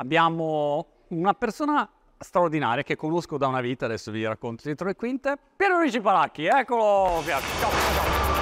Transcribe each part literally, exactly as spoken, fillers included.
abbiamo una persona straordinaria che conosco da una vita, adesso vi racconto dietro le quinte. Piero Luigi Palacchi, eccolo! Ciao, ciao, ciao.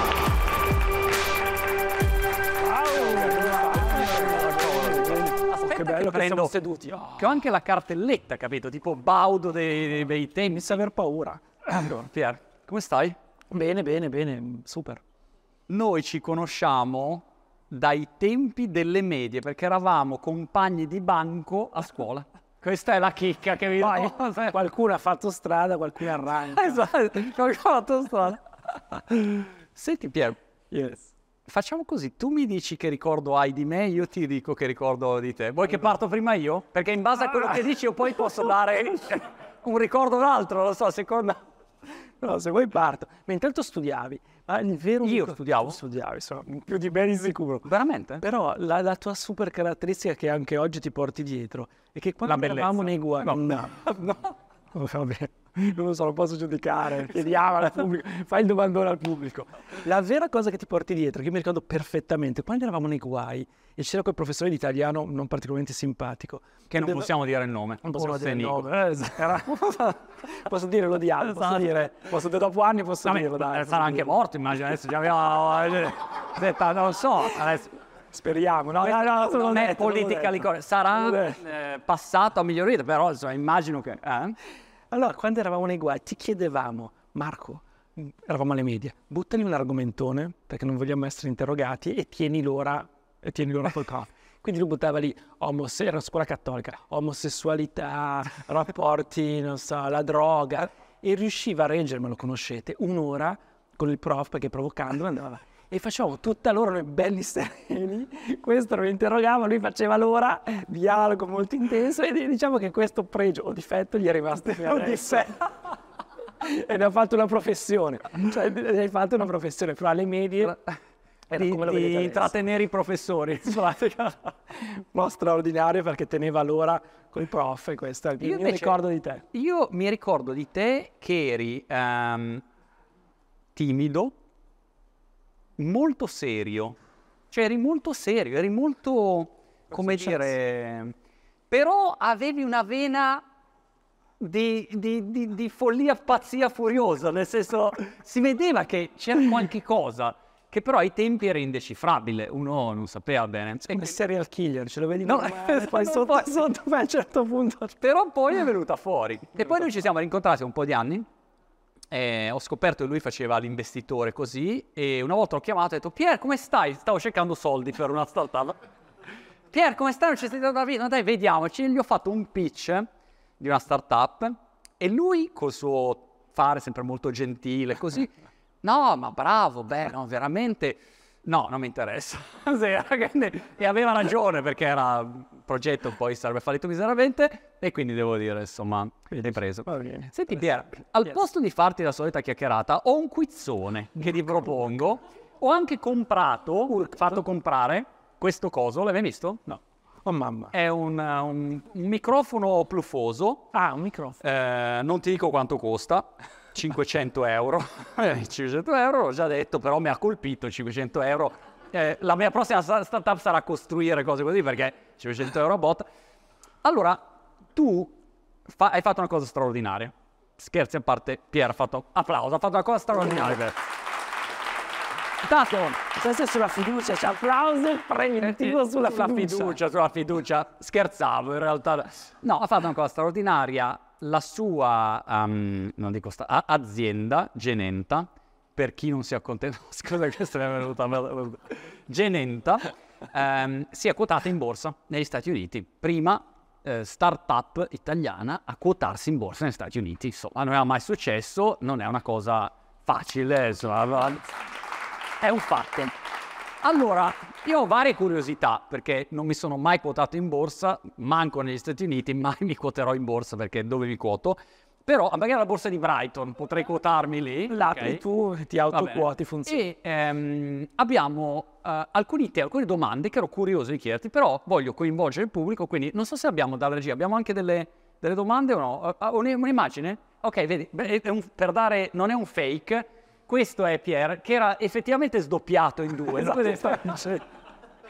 Che bello che siamo seduti. Oh. Che ho anche la cartelletta, capito? Tipo Baudo dei, dei bei tempi. Mi sa aver paura. Allora, Pier, come stai? Bene, bene, bene, super. Noi ci conosciamo dai tempi delle medie, perché eravamo compagni di banco a scuola. Questa è la chicca che vi do. Qualcuno ha fatto strada, qualcuno arranca. Esatto, qualcuno ha fatto strada. Senti Pier, Yes. facciamo così, tu mi dici che ricordo hai di me, io ti dico che ricordo di te. Vuoi che parto prima io? Perché in base a quello che dici io poi posso dare un ricordo o un altro, lo so, seconda... No, se vuoi parto. Ma intanto studiavi. Ma il vero Io dico, studiavo? Tu studiavi, so, più di me di sicuro. Veramente? Però la, la tua super caratteristica che anche oggi ti porti dietro è che quando La bellezza. eravamo nei guai... No. no. no. Oh, vabbè, non lo so, lo posso giudicare. Chiediamo al pubblico, fai il domandone al pubblico. La vera cosa che ti porti dietro, che io mi ricordo perfettamente, quando eravamo nei guai e c'era quel professore di italiano non particolarmente simpatico. Che non deve... possiamo dire il nome. Non possiamo dire il Nico. nome. Eh, era... posso dire, lo diamo, posso dire, posso dire dopo anni, posso Vabbè, dirlo, dai. eh, sarà anche morto, immagino, adesso già abbiamo... non lo so, adesso... Speriamo, no, no, no, non non è detto, politically correct, sarà eh, passato a miglior vita, però insomma, immagino che... Eh? Allora, quando eravamo nei guai, ti chiedevamo, Marco, eravamo alle medie, buttali un argomentone, perché non vogliamo essere interrogati, e tieni l'ora, e tieni l'ora col caffè. Quindi lui buttava lì, omose- era una scuola cattolica, omosessualità, rapporti, non so, la droga, e riusciva a reggere, ma lo conoscete, un'ora con il prof, perché provocandolo andava. E facevamo tutta l'ora noi belli sereni, questo lo interrogava, lui faceva l'ora, dialogo molto intenso, e diciamo che questo pregio o difetto gli è rimasto fino adesso. E ne ha fatto una professione, cioè ne hai fatto una professione, fra le medie era Di, come lo di vedete adesso. trattenere i professori. No, straordinario, perché teneva l'ora col prof, e questo è il mio invece- ricordo di te. Io mi ricordo di te che eri ehm, timido, molto serio, cioè eri molto serio, eri molto, come successo? dire, però avevi una vena di, di, di, di follia, pazzia furiosa, nel senso si vedeva che c'era qualche cosa che però ai tempi era indecifrabile, uno non sapeva bene. Come serial killer, ce lo vedi? No, male, poi non sotto, puoi- sotto, poi a un certo punto... Però poi è venuta fuori. E poi noi ci siamo rincontrati un po' di anni. E ho scoperto che lui faceva l'investitore così. E una volta l'ho chiamato e ho detto: Pier, come stai? Stavo cercando soldi per una startup. Pier, come stai? Non c'è stato da vita? No, dai, vediamoci. Gli ho fatto un pitch di una startup. E lui, col suo fare sempre molto gentile, così. No, ma bravo, beh, no, veramente. No, non mi interessa. Sì, era grande. E aveva ragione, perché era un progetto, poi sarebbe fallito miseramente, e quindi devo dire, insomma, l'hai preso. Va bene. Senti Pier, al Yes. posto di farti la solita chiacchierata, ho un quizzone che ti propongo. Ho anche comprato, fatto comprare questo coso, l'hai mai visto? No. Oh mamma. È un, un- un microfono pluffoso, Ah, un microfono. eh, non ti dico quanto costa, cinquecento euro. Eh, cinquecento euro, l'ho già detto, però mi ha colpito cinquecento euro. Eh, la mia prossima sta- startup sarà costruire cose così, perché cinquecento euro a botta. Allora, tu fa- hai fatto una cosa straordinaria. Scherzi a parte, Pier ha fatto applauso, ha fatto una cosa straordinaria. Pier. Intanto, Questa sulla fiducia, c'è applauso preventivo sulla sulla fiducia. fiducia, sulla fiducia, scherzavo in realtà. No, ha fatto una cosa straordinaria. La sua, um, non dico sta- a- azienda, Genenta, per chi non si accontenta, scusa, questa mi è venuta, Genenta, ehm, si è quotata in borsa negli Stati Uniti. Prima eh, startup italiana a quotarsi in borsa negli Stati Uniti. Insomma, non è mai successo, non è una cosa facile, insomma, è un fatto. Allora, io ho varie curiosità, perché non mi sono mai quotato in borsa, manco negli Stati Uniti, mai mi quoterò in borsa, perché dove mi quoto? Però magari la borsa di Brighton, potrei quotarmi lì. Là ok? tu ti Va bene. autoquoti, funziona. E ehm, abbiamo eh, alcuni te- alcune domande che ero curioso di chiederti, però voglio coinvolgere il pubblico, quindi non so se abbiamo dalla regia, abbiamo anche delle, delle domande o no? Uh, uh, un- un'immagine? Ok, vedi, beh, è un- per dare, non è un fake, questo è Pier, che era effettivamente sdoppiato in due. Esatto, Vedete? sta-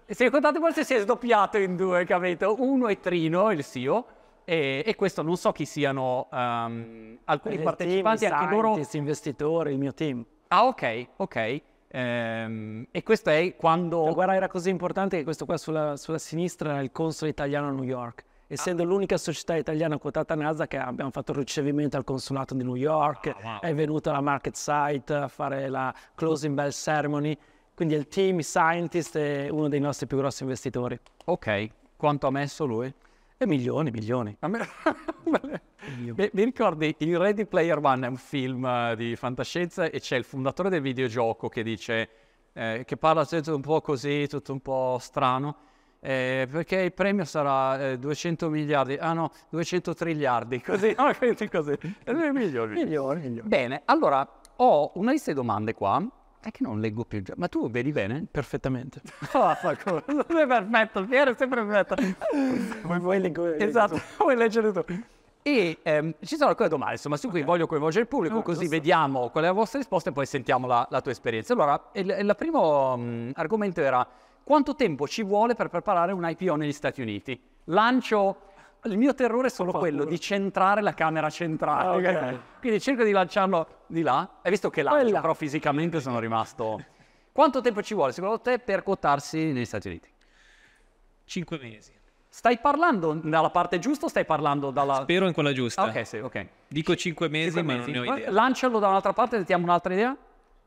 Se contate forse si è sdoppiato in due, capito? Uno è Trino, il C E O, e, e questo non so chi siano um, alcuni Il partecipanti, team, anche loro... scientist, investitori, il mio team. Ah, ok, ok. Ehm, e questo è quando... La guerra era così importante che questo qua sulla, sulla sinistra era il console italiano a New York. Essendo ah. l'unica società italiana quotata a Nasdaq, che abbiamo fatto il ricevimento al consolato di New York, ah, wow. È venuto alla market site a fare la closing bell ceremony. Quindi il team, i scientist, è uno dei nostri più grossi investitori. Ok, quanto ha messo lui? E milioni, milioni. A me... mi, mi ricordi, il Ready Player One è un film uh, di fantascienza e c'è il fondatore del videogioco che dice, eh, che parla tutto un po' così, tutto un po' strano, eh, perché il premio sarà eh, duecento miliardi, ah no, duecento triliardi, così, no, così, così. Milioni. Milioni, milioni. Bene, allora ho una lista di domande qua. È che non leggo più, ma tu vedi bene? Perfettamente. Oh, perfetto, Piero è sempre perfetto. Vuoi, vuoi leggo, esatto, vuoi leggere tu. E ehm, ci sono alcune domande, insomma, su cui okay. voglio coinvolgere il pubblico, oh, così giusto. Vediamo qual è la vostra risposta e poi sentiamo la, la tua esperienza. Allora, il, il primo um, argomento era: quanto tempo ci vuole per preparare un I P O negli Stati Uniti? Lancio... Il mio terrore è solo oh, quello pure. di centrare la camera centrale. Ah, okay. Okay. Quindi cerco di lanciarlo di là. Hai visto che lancio, però fisicamente sono rimasto... Quanto tempo ci vuole, secondo te, per quotarsi negli Stati Uniti? Cinque mesi. Stai parlando dalla parte giusta o stai parlando dalla... Spero in quella giusta. Ah, ok, sì, ok. Dico cinque mesi, cinque ma mesi. non ne ho idea. Lancialo da un'altra parte, sentiamo un'altra idea.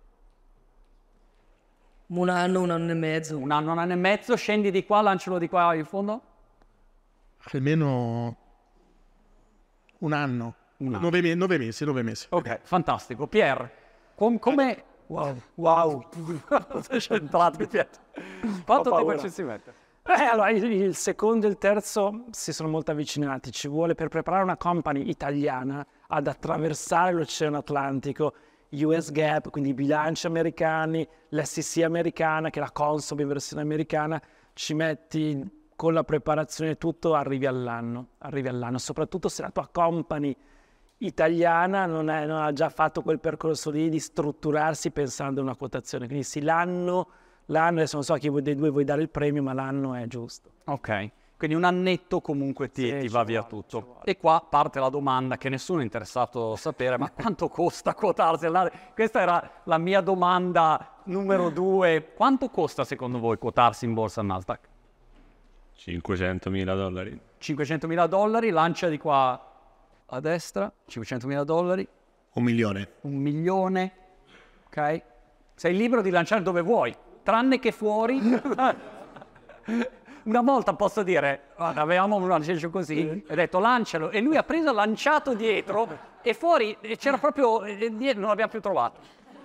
Un anno, un anno e mezzo. Un anno, un anno e mezzo. Scendi di qua, lancialo di qua in fondo. Almeno un anno. Un anno. Nove, nove mesi, nove mesi. Ok, fantastico. Pier, com- come... Wow, wow. Sei centrato, Pier. Quanto tempo ci si mette? Eh, allora, il, il secondo e il terzo si sono molto avvicinati. Ci vuole per preparare una company italiana ad attraversare l'Oceano Atlantico, U S GAAP, quindi i bilanci americani, l'S E C americana, che è la Consob in versione americana, ci metti... con la preparazione e tutto arrivi all'anno, arrivi all'anno, soprattutto se la tua company italiana non, è, non ha già fatto quel percorso lì di strutturarsi pensando a una quotazione. Quindi sì, l'anno, l'anno, adesso non so a chi dei due vuoi dare il premio, ma l'anno è giusto. Ok, quindi un annetto comunque ti, sì, ti va via vuole, tutto. E qua parte la domanda che nessuno è interessato a sapere, ma quanto costa quotarsi? Questa era la mia domanda numero due. Quanto costa secondo voi quotarsi in borsa Nasdaq? cinquecentomila dollari. cinquecentomila dollari, lancia di qua a destra, cinquecentomila dollari. Un milione. Un milione, ok? Sei libero di lanciare dove vuoi, tranne che fuori. Una volta posso dire, guarda, avevamo un lancio così, e ho detto lancialo, e lui ha preso, lanciato dietro, e fuori c'era proprio, dietro, non l'abbiamo più trovato.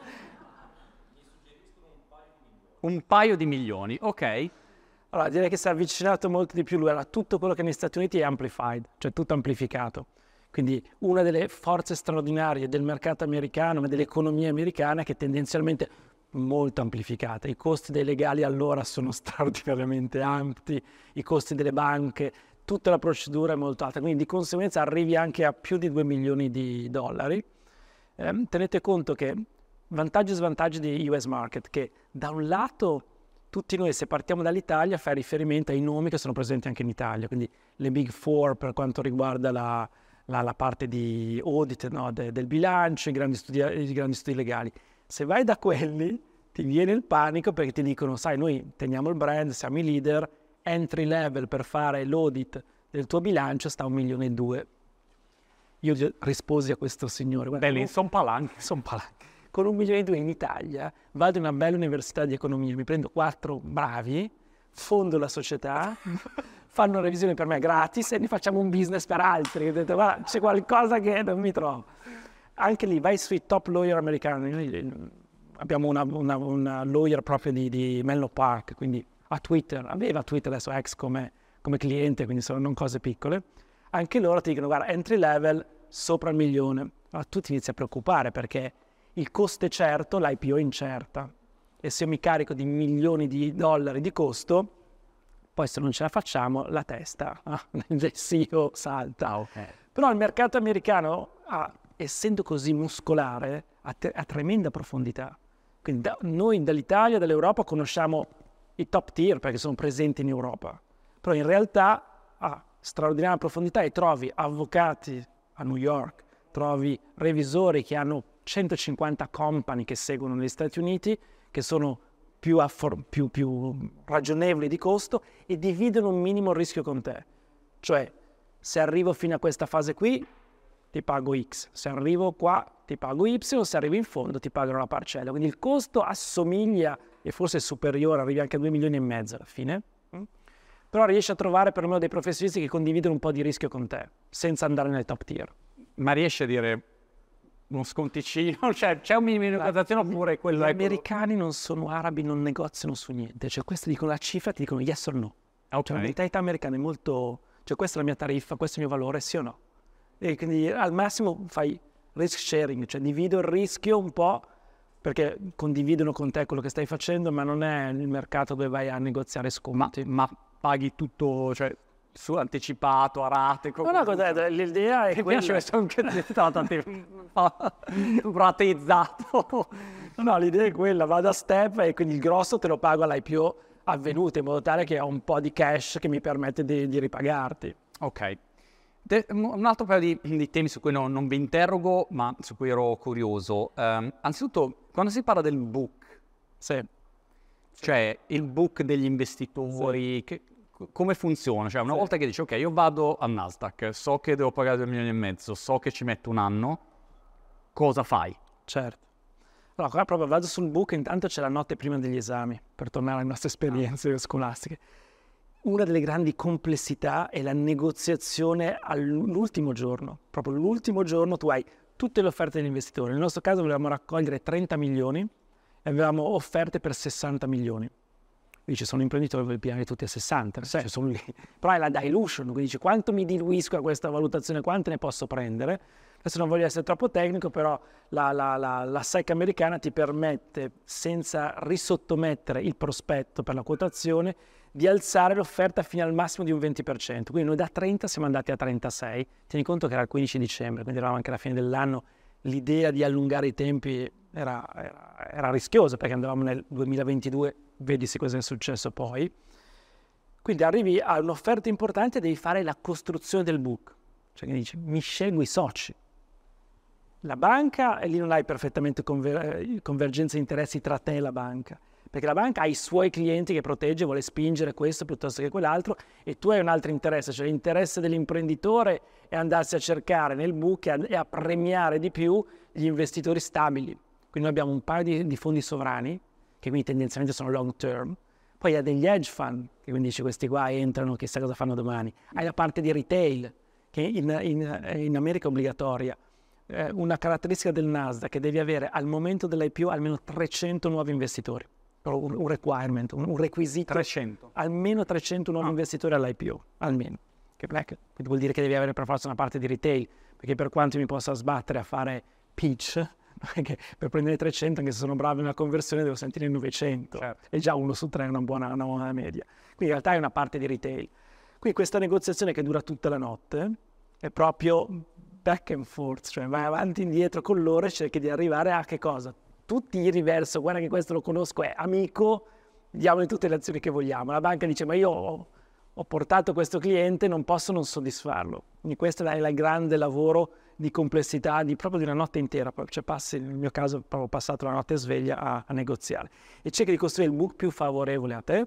Un paio di milioni, ok? Allora, direi che si è avvicinato molto di più lui, era tutto quello che negli Stati Uniti è amplified, cioè tutto amplificato. Quindi una delle forze straordinarie del mercato americano, ma dell'economia americana, è che tendenzialmente molto amplificata. I costi dei legali allora sono straordinariamente alti, i costi delle banche, tutta la procedura è molto alta, quindi di conseguenza arrivi anche a più di due milioni di dollari. Eh, tenete conto che vantaggi e svantaggi di U S market, che da un lato... Tutti noi, se partiamo dall'Italia, fai riferimento ai nomi che sono presenti anche in Italia, quindi le Big Four per quanto riguarda la, la, la parte di audit, no, de, del bilancio, i grandi, studi, i grandi studi legali. Se vai da quelli, ti viene il panico perché ti dicono, sai, noi teniamo il brand, siamo i leader, entry level per fare l'audit del tuo bilancio sta a un milione e due. Io risposi a questo signore, guarda, belli, sono palanche. Son palanche. Con un milione e due in Italia vado in una bella università di economia, mi prendo quattro bravi, fondo la società, fanno una revisione per me gratis e ne facciamo un business per altri. Ho detto, guarda, c'è qualcosa che non mi trovo. Anche lì, vai sui top lawyer americani. Abbiamo una, una, una lawyer proprio di, di Menlo Park, quindi a Twitter, aveva Twitter, adesso ex come, come cliente, quindi sono non cose piccole. Anche loro ti dicono, guarda, entry level sopra il milione. Allora tu ti inizi a preoccupare perché il costo è certo, l'I P O è incerta. E se io mi carico di milioni di dollari di costo, poi se non ce la facciamo, la testa ah, del C E O salta. Ah, okay. Però il mercato americano, ah, essendo così muscolare, ha, te- ha tremenda profondità. Quindi da, noi dall'Italia, dall'Europa, conosciamo i top tier perché sono presenti in Europa, però in realtà ha straordinaria profondità e trovi avvocati a New York, trovi revisori che hanno centocinquanta company che seguono negli Stati Uniti, che sono più, affor- più, più ragionevoli di costo e dividono un minimo il rischio con te. Cioè, se arrivo fino a questa fase qui, ti pago X, se arrivo qua ti pago Y, se arrivo in fondo ti pagano la parcella. Quindi il costo assomiglia, e forse è superiore, arrivi anche a due milioni e mezzo alla fine, però riesci a trovare perlomeno dei professionisti che condividono un po' di rischio con te, senza andare nel top tier. Ma riesci a dire uno sconticino? Cioè, c'è un minimo di negoziazione oppure quello Gli è... americani non sono arabi, non negoziano su niente. Cioè, questi dicono la cifra, ti dicono yes or no. Ok. Cioè, la mentalità americana è molto... Cioè, questa è la mia tariffa, questo è il mio valore, sì o no? E quindi al massimo fai risk sharing, cioè divido il rischio un po', perché condividono con te quello che stai facendo, ma non è il mercato dove vai a negoziare Ma, sconti. ma paghi tutto, cioè, su anticipato, a rate? No, no, cos'è? L'idea è Mi quella... piace questo anche rateizzato. No, l'idea è quella, vado a step e quindi il grosso te lo pago all'I P O avvenuto, in modo tale che ho un po' di cash che mi permette di, di ripagarti. Ok. De- un altro paio di, di temi su cui no- non vi interrogo, ma su cui ero curioso. Ehm, anzitutto, quando si parla del book, Sì. cioè il book degli investitori, che- co- come funziona? Cioè, una Sì. volta che dici, ok, io vado al Nasdaq, so che devo pagare due milioni e mezzo, so che ci metto un anno, cosa fai? Certo. Allora, qua proprio vado sul book, intanto c'è la notte prima degli esami, per tornare alle nostre esperienze scolastiche. Una delle grandi complessità è la negoziazione all'ultimo giorno. Proprio l'ultimo giorno tu hai tutte le offerte degli investitori. Nel nostro caso volevamo raccogliere trenta milioni e avevamo offerte per sessanta milioni. Dice, sono imprenditori, vuoi pigliare tutti a sessanta, cioè, sono lì. Però è la dilution, quindi dici, quanto mi diluisco a questa valutazione, quante ne posso prendere? Adesso non voglio essere troppo tecnico, però la, la, la, la S E C americana ti permette, senza risottomettere il prospetto per la quotazione, di alzare l'offerta fino al massimo di un venti per cento. Quindi noi da trenta siamo andati a trentasei. Tieni conto che era il quindici dicembre, quindi eravamo anche alla fine dell'anno. L'idea di allungare i tempi era, era, era rischiosa, perché andavamo nel duemilaventidue, vedi se cosa è successo poi. Quindi arrivi a un'offerta importante e devi fare la costruzione del book. Cioè che dici, mi scelgo i soci. La banca, e lì non hai perfettamente conver- convergenza di interessi tra te e la banca, perché la banca ha i suoi clienti che protegge, vuole spingere questo piuttosto che quell'altro, e tu hai un altro interesse, cioè l'interesse dell'imprenditore è andarsi a cercare nel book e a, e a premiare di più gli investitori stabili. Quindi noi abbiamo un paio di, di fondi sovrani, che quindi tendenzialmente sono long term, poi hai degli hedge fund, che quindi dici questi qua entrano, chissà cosa fanno domani. Hai la parte di retail, che in, in, in America è obbligatoria. Eh, una caratteristica del Nasdaq è che devi avere al momento dell'I P O almeno trecento nuovi investitori. Un, un requirement, un, un requisito. trecento. Almeno trecento nuovi Ah. investitori all'I P O, almeno. Che black, quindi vuol dire che devi avere per forza una parte di retail, perché per quanto mi possa sbattere a fare pitch, perché per prendere trecento, anche se sono bravo in una conversione, devo sentire il novecento. Certo. E già uno su tre è una buona, una buona media. Quindi in realtà è una parte di retail. Quindi questa negoziazione che dura tutta la notte è proprio back and forth, cioè vai avanti e indietro con loro e cerchi di arrivare a che cosa? Tutti gli riverso, guarda che questo lo conosco, è amico, diamogli tutte le azioni che vogliamo. La banca dice, ma io ho, ho portato questo cliente, non posso non soddisfarlo. Quindi questo è il grande lavoro di complessità, di, proprio di una notte intera. Cioè passi, nel mio caso, proprio passato la notte sveglia a, a negoziare. E cerchi di costruire il book più favorevole a te,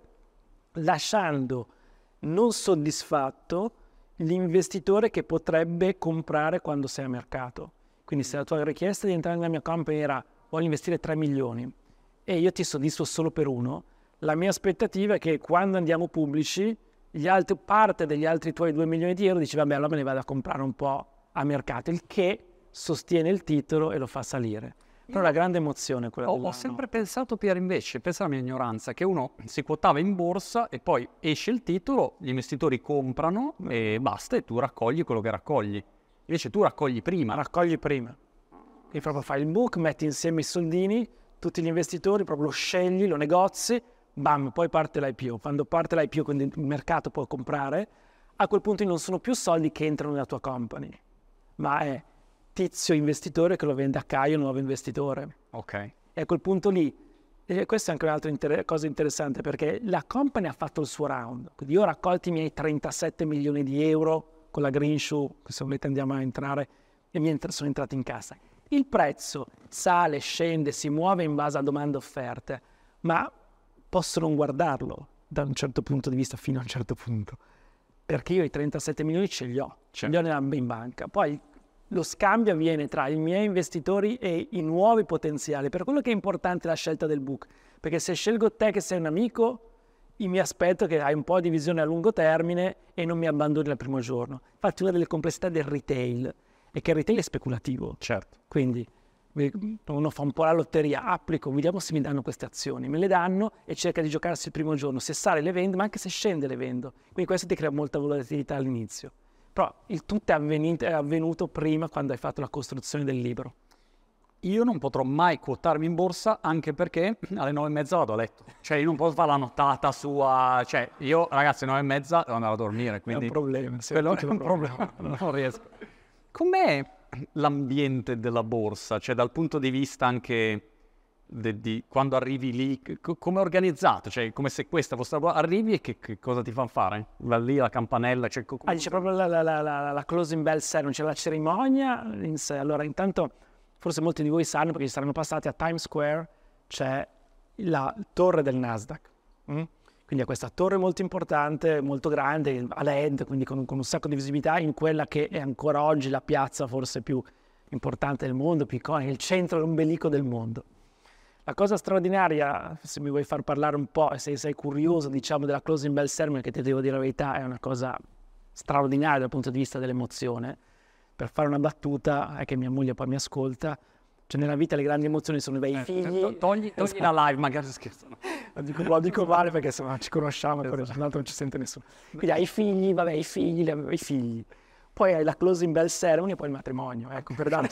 lasciando non soddisfatto l'investitore che potrebbe comprare quando sei a mercato. Quindi se la tua richiesta di entrare nella mia company era voglio investire tre milioni e io ti soddisfo solo per uno, la mia aspettativa è che quando andiamo pubblici, gli altri, parte degli altri tuoi due milioni di euro dici vabbè allora me ne vado a comprare un po' a mercato, il che sostiene il titolo e lo fa salire. Però la grande emozione è quella Ho, dell'anno. ho sempre pensato, Pier, invece, pensa alla mia ignoranza, che uno si quotava in borsa e poi esce il titolo, gli investitori comprano e basta, e tu raccogli quello che raccogli. Invece tu raccogli prima. Raccogli prima. Quindi proprio fai il book, metti insieme i soldini, tutti gli investitori, proprio lo scegli, lo negozi, bam, poi parte l'I P O. Quando parte l'I P O, quindi il mercato può comprare, a quel punto non sono più soldi che entrano nella tua company, ma è tizio investitore che lo vende a Caio, nuovo investitore. Ok. E a quel punto lì E questa è anche un'altra inter- cosa interessante, perché la company ha fatto il suo round. Quindi io ho raccolto i miei trentasette milioni di euro con la Green Shoe, che se volete andiamo a entrare, e mi entra- sono entrati in cassa. Il prezzo sale, scende, si muove in base a domande e offerte, ma posso non guardarlo da un certo punto di vista fino a un certo punto, perché io i trentasette milioni ce li ho, ce li ho nella, in banca. Poi lo scambio avviene tra i miei investitori e i nuovi potenziali. Per quello che è importante la scelta del book, perché se scelgo te che sei un amico, io mi aspetto che hai un po' di visione a lungo termine e non mi abbandoni al primo giorno. Infatti una delle complessità del retail è che il retail è speculativo. Certo. Quindi uno fa un po' la lotteria, applico, vediamo se mi danno queste azioni, me le danno e cerca di giocarsi il primo giorno. Se sale le vendo, ma anche se scende le vendo. Quindi questo ti crea molta volatilità all'inizio. Però il tutto è avvenuto, è avvenuto prima, quando hai fatto la costruzione del libro. Io non potrò mai quotarmi in borsa, anche perché alle nove e mezza vado a letto. Cioè io non posso fare la nottata sua... Cioè io, ragazzi, alle nove e mezza devo andare a dormire, quindi... È un problema. Sì, quello è un problema. Non riesco. Com'è l'ambiente della borsa? Cioè dal punto di vista anche... De, di quando arrivi lì, co- come è organizzato? Cioè, come se questa fosse la... arrivi e che, che cosa ti fanno fare? Va lì la campanella, cioè, co- ah, c'è proprio la, la, la, la, la closing bell ceremony, c'è la cerimonia in sé. Allora, intanto, forse molti di voi sanno, perché ci saranno passati a Times Square, c'è la torre del Nasdaq. Mm? Quindi è questa torre molto importante, molto grande, a L E D, quindi con, con un sacco di visibilità, in quella che è ancora oggi la piazza forse più importante del mondo, più iconica, il centro, l'ombelico del mondo. La cosa straordinaria, se mi vuoi far parlare un po', e se sei curioso, diciamo, della closing bell ceremony, che ti devo dire la verità, è una cosa straordinaria dal punto di vista dell'emozione. Per fare una battuta, è che mia moglie poi mi ascolta, cioè nella vita le grandi emozioni sono i bei figli. Eh, togli, togli la live, magari scherzano. Lo dico, lo dico male perché insomma ci conosciamo, esatto. Poi l'altro non ci sente nessuno. Quindi hai i figli, vabbè, i figli, i figli. Poi hai la closing bell ceremony e poi il matrimonio, ecco, per dare...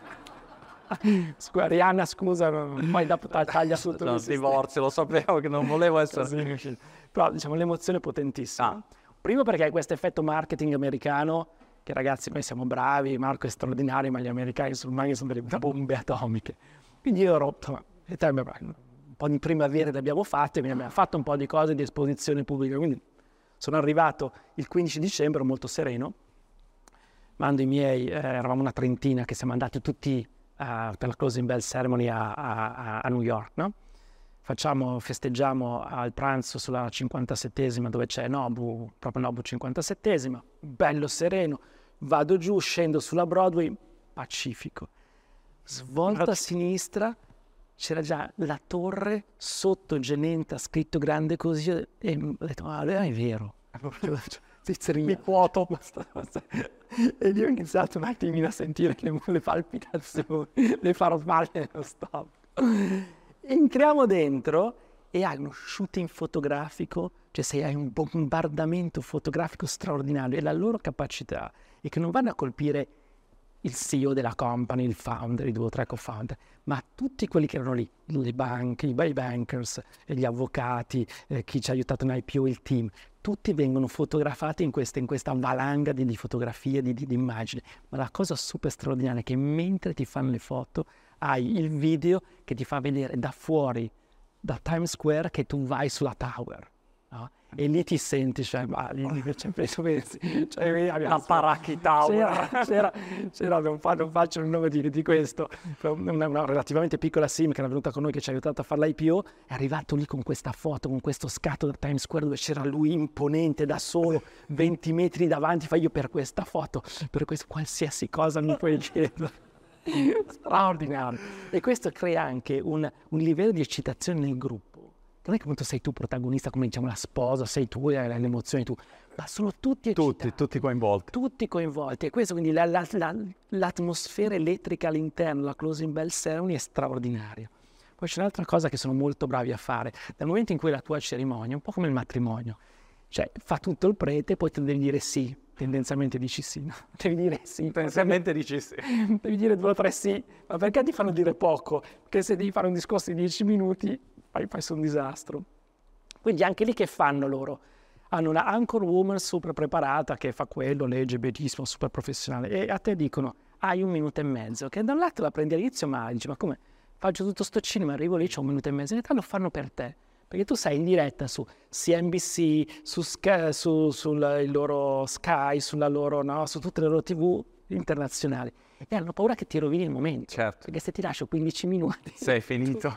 Scusa, Rihanna, scusa, poi dopo taglia sotto no, il divorzio, lo sapevo che non volevo essere... Sì, però diciamo l'emozione è potentissima. Ah. Primo perché hai questo effetto marketing americano, che ragazzi noi siamo bravi, Marco è straordinario, ma gli americani sono, sono delle bombe atomiche. Quindi io ero, insomma, un po' di primavera le abbiamo fatte, mi abbiamo fatto un po' di cose di esposizione pubblica, quindi sono arrivato il quindici dicembre molto sereno, mando i miei, eh, eravamo una trentina che siamo andati tutti Uh, per la closing bell ceremony a, a, a New York, no? Facciamo, festeggiamo al pranzo sulla cinquantasettesima dove c'è Nobu, proprio Nobu cinquantasettesima, bello sereno, vado giù, scendo sulla Broadway, Pacifico, svolta a sinistra, c'era già la torre sotto Genenta, scritto grande così, e ho detto, ah, è vero. Mi quoto, basta, basta. E lì ho iniziato un attimino a sentire le, le palpitazioni, le farfalle non stop. Entriamo dentro e hai uno shooting fotografico, cioè se hai un bombardamento fotografico straordinario, e la loro capacità è che non vanno a colpire il C E O della company, il founder, i due o tre co-founder, ma tutti quelli che erano lì, le banche, i buy bankers, gli avvocati, eh, chi ci ha aiutato in I P O, il team, tutti vengono fotografati in questa, in questa valanga di, di fotografie, di, di, di immagini. Ma la cosa super straordinaria è che mentre ti fanno le foto hai il video che ti fa vedere da fuori, da Times Square, che tu vai sulla Tower, no? E lì ti senti, cioè, ma lì cioè, penso, pensi, cioè, la Paracchi Tower. C'era, c'era, c'era non, fa, non faccio il nome di, di questo, una, una relativamente piccola sim che era venuta con noi, che ci ha aiutato a fare l'I P O, è arrivato lì con questa foto, con questo scatto da Times Square dove c'era lui imponente da solo, venti metri davanti, fa io per questa foto, per questo, qualsiasi cosa mi puoi chiedere. Straordinario. E questo crea anche un, un livello di eccitazione nel gruppo. Non è che appunto sei tu protagonista, come diciamo la sposa, sei tu, hai le emozioni tu, ma sono tutti eccitati. Tutti, tutti coinvolti. Tutti coinvolti. E questo, quindi la, la, la, l'atmosfera elettrica all'interno della closing bell ceremony è straordinaria. Poi c'è un'altra cosa che sono molto bravi a fare. Dal momento in cui la tua cerimonia, un po' come il matrimonio, cioè fa tutto il prete, poi tu devi dire sì. Tendenzialmente dici sì, no? Devi dire sì. Tendenzialmente dici sì. Devi dire due o tre sì, ma perché ti fanno dire poco? Perché se devi fare un discorso di dieci minuti, fai, fai su un disastro. Quindi anche lì che fanno loro? Hanno una anchor woman super preparata che fa quello, legge benissimo, super professionale, e a te dicono hai un minuto e mezzo, che da un lato la prendi all'inizio ma dici ma come? faccio tutto sto cinema, arrivo lì, c'ho un minuto e mezzo, in realtà lo fanno per te, perché tu sei in diretta su C N B C, su, Sky, su sul il loro Sky, sulla loro, no, su tutte le loro tivù internazionali, e hanno paura che ti rovini il momento, Certo. perché se ti lascio quindici minuti Sei finito.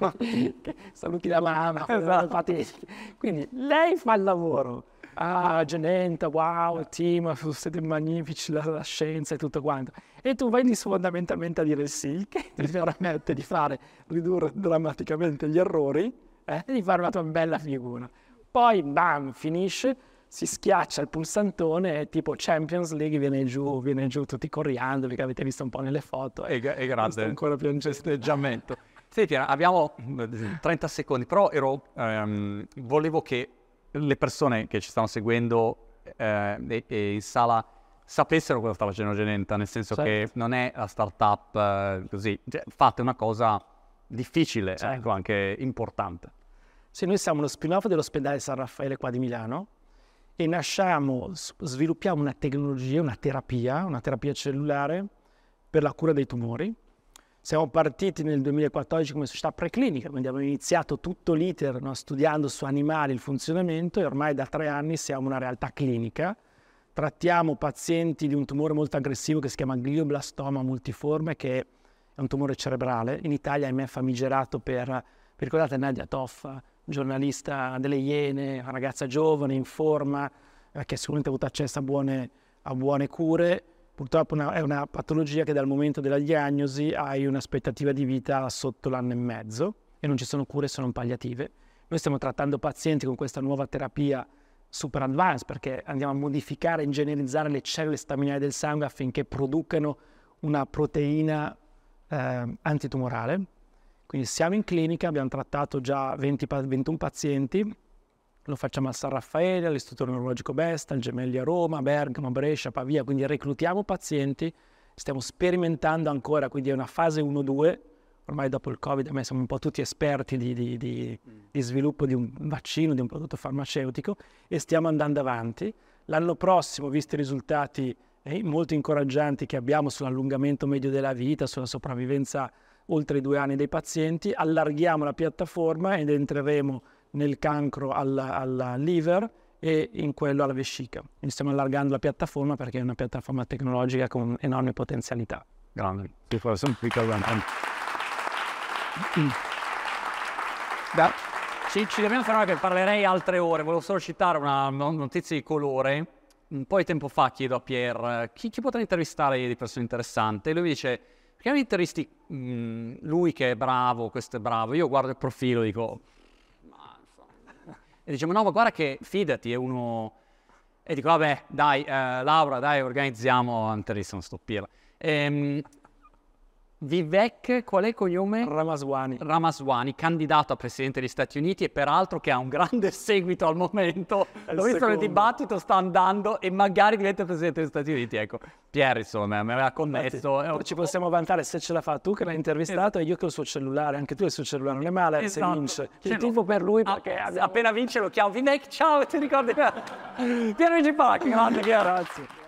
saluti la mamma, patetiche. Quindi lei fa il lavoro, ah Genenta, wow, team, siete magnifici, la, la scienza e tutto quanto, e tu vai lì fondamentalmente a dire il sì, che ti permette di fare, ridurre drammaticamente gli errori, eh, e di fare una tua bella figura. Poi bam, finisce, si schiaccia il pulsantone e tipo Champions League viene giù, viene giù tutti corriando, perché avete visto un po' nelle foto. E, e grande ancora più un festeggiamento. Senti, abbiamo trenta secondi, però ero, ehm, volevo che le persone che ci stanno seguendo eh, e, e in sala sapessero cosa sta facendo Genenta, nel senso Certo. che non è la startup eh, così, cioè, fate una cosa difficile, Certo. ecco, anche importante. Sì, noi siamo lo spin-off dell'ospedale San Raffaele qua di Milano e nasciamo, s- sviluppiamo una tecnologia, una terapia, una terapia cellulare per la cura dei tumori. Siamo partiti nel duemilaquattordici come società preclinica, quindi abbiamo iniziato tutto l'iter, no, studiando su animali il funzionamento, e ormai da tre anni siamo una realtà clinica. Trattiamo pazienti di un tumore molto aggressivo che si chiama glioblastoma multiforme, che è un tumore cerebrale. In Italia è famigerato per, vi ricordate Nadia Toffa, giornalista delle Iene, una ragazza giovane, in forma, eh, che sicuramente ha avuto accesso a buone, a buone cure. Purtroppo una, è una patologia che dal momento della diagnosi hai un'aspettativa di vita sotto l'anno e mezzo e non ci sono cure se non palliative. Noi stiamo trattando pazienti con questa nuova terapia super advanced, perché andiamo a modificare, ingegnerizzare le cellule staminali del sangue affinché producano una proteina eh, antitumorale. Quindi siamo in clinica, abbiamo trattato già venti, ventuno pazienti, lo facciamo al San Raffaele, all'Istituto Neurologico Besta, al Gemelli a Roma, Bergamo, Brescia, Pavia, quindi reclutiamo pazienti, stiamo sperimentando ancora, quindi è una fase uno due, ormai dopo il Covid, a me siamo un po' tutti esperti di, di, di, di sviluppo di un vaccino, di un prodotto farmaceutico, e stiamo andando avanti. L'anno prossimo, visti i risultati eh, molto incoraggianti che abbiamo sull'allungamento medio della vita, sulla sopravvivenza oltre i due anni dei pazienti, allarghiamo la piattaforma ed entreremo nel cancro alla, alla liver e in quello alla vescica. Quindi stiamo allargando la piattaforma perché è una piattaforma tecnologica con enormi potenzialità. Grande. Sì, forse un piccolo Da. Ci, ci dobbiamo fermare perché parlerei altre ore. Volevo solo citare una no- notizia di colore. Un po' di tempo fa chiedo a Pier eh, chi, chi potrà intervistare di persone interessanti. E lui mi dice, perché mi intervisti mh, lui che è bravo, questo è bravo. Io guardo il profilo e dico, ma insomma. E diciamo, no, ma guarda che fidati, è uno... E dico, vabbè, dai, eh, Laura, dai, organizziamo un'intervista, non sto Pier. Ehm... Vivek, qual è il cognome? Ramaswamy. Ramaswamy, candidato a presidente degli Stati Uniti e peraltro che ha un grande seguito al momento. L'ho visto nel dibattito, sta andando e magari diventa presidente degli Stati Uniti. Ecco, Pier, insomma, mi aveva connesso. Infatti, ci possiamo vantare se ce la fa tu che l'hai intervistato e io che ho il suo cellulare, anche tu hai il suo cellulare, non è male se Esatto. vince. Ce Il l'ho. tifo per lui Ah, perché abbiamo... appena vince lo chiamo Vivek, ciao, ti ricordi? Pier Vigipacchi, grande, grazie.